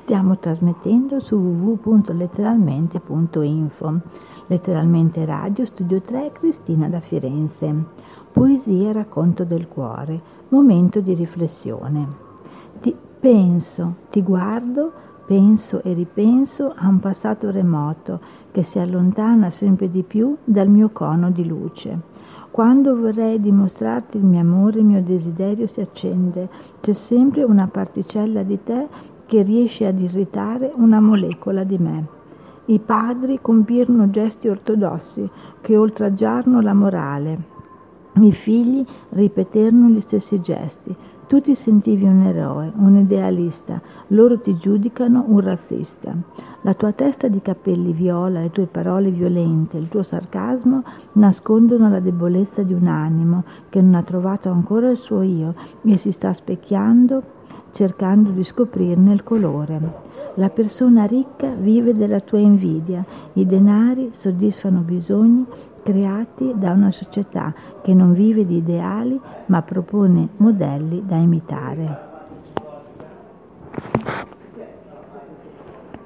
Stiamo trasmettendo su www.letteralmente.info. Letteralmente Radio, Studio 3, Cristina da Firenze. Poesia e racconto del cuore. Momento di riflessione. Ti guardo, penso e ripenso a un passato remoto che si allontana sempre di più dal mio cono di luce. Quando vorrei dimostrarti il mio amore, il mio desiderio si accende. C'è sempre una particella di te che riesce ad irritare una molecola di me. I padri compirono gesti ortodossi che oltraggiarono la morale. I figli ripeterono gli stessi gesti. Tu ti sentivi un eroe, un idealista, loro ti giudicano un razzista. La tua testa di capelli viola, le tue parole violente, il tuo sarcasmo nascondono la debolezza di un animo che non ha trovato ancora il suo io e si sta specchiando cercando di scoprirne il colore. La persona ricca vive della tua invidia, i denari soddisfano bisogni creati da una società che non vive di ideali ma propone modelli da imitare.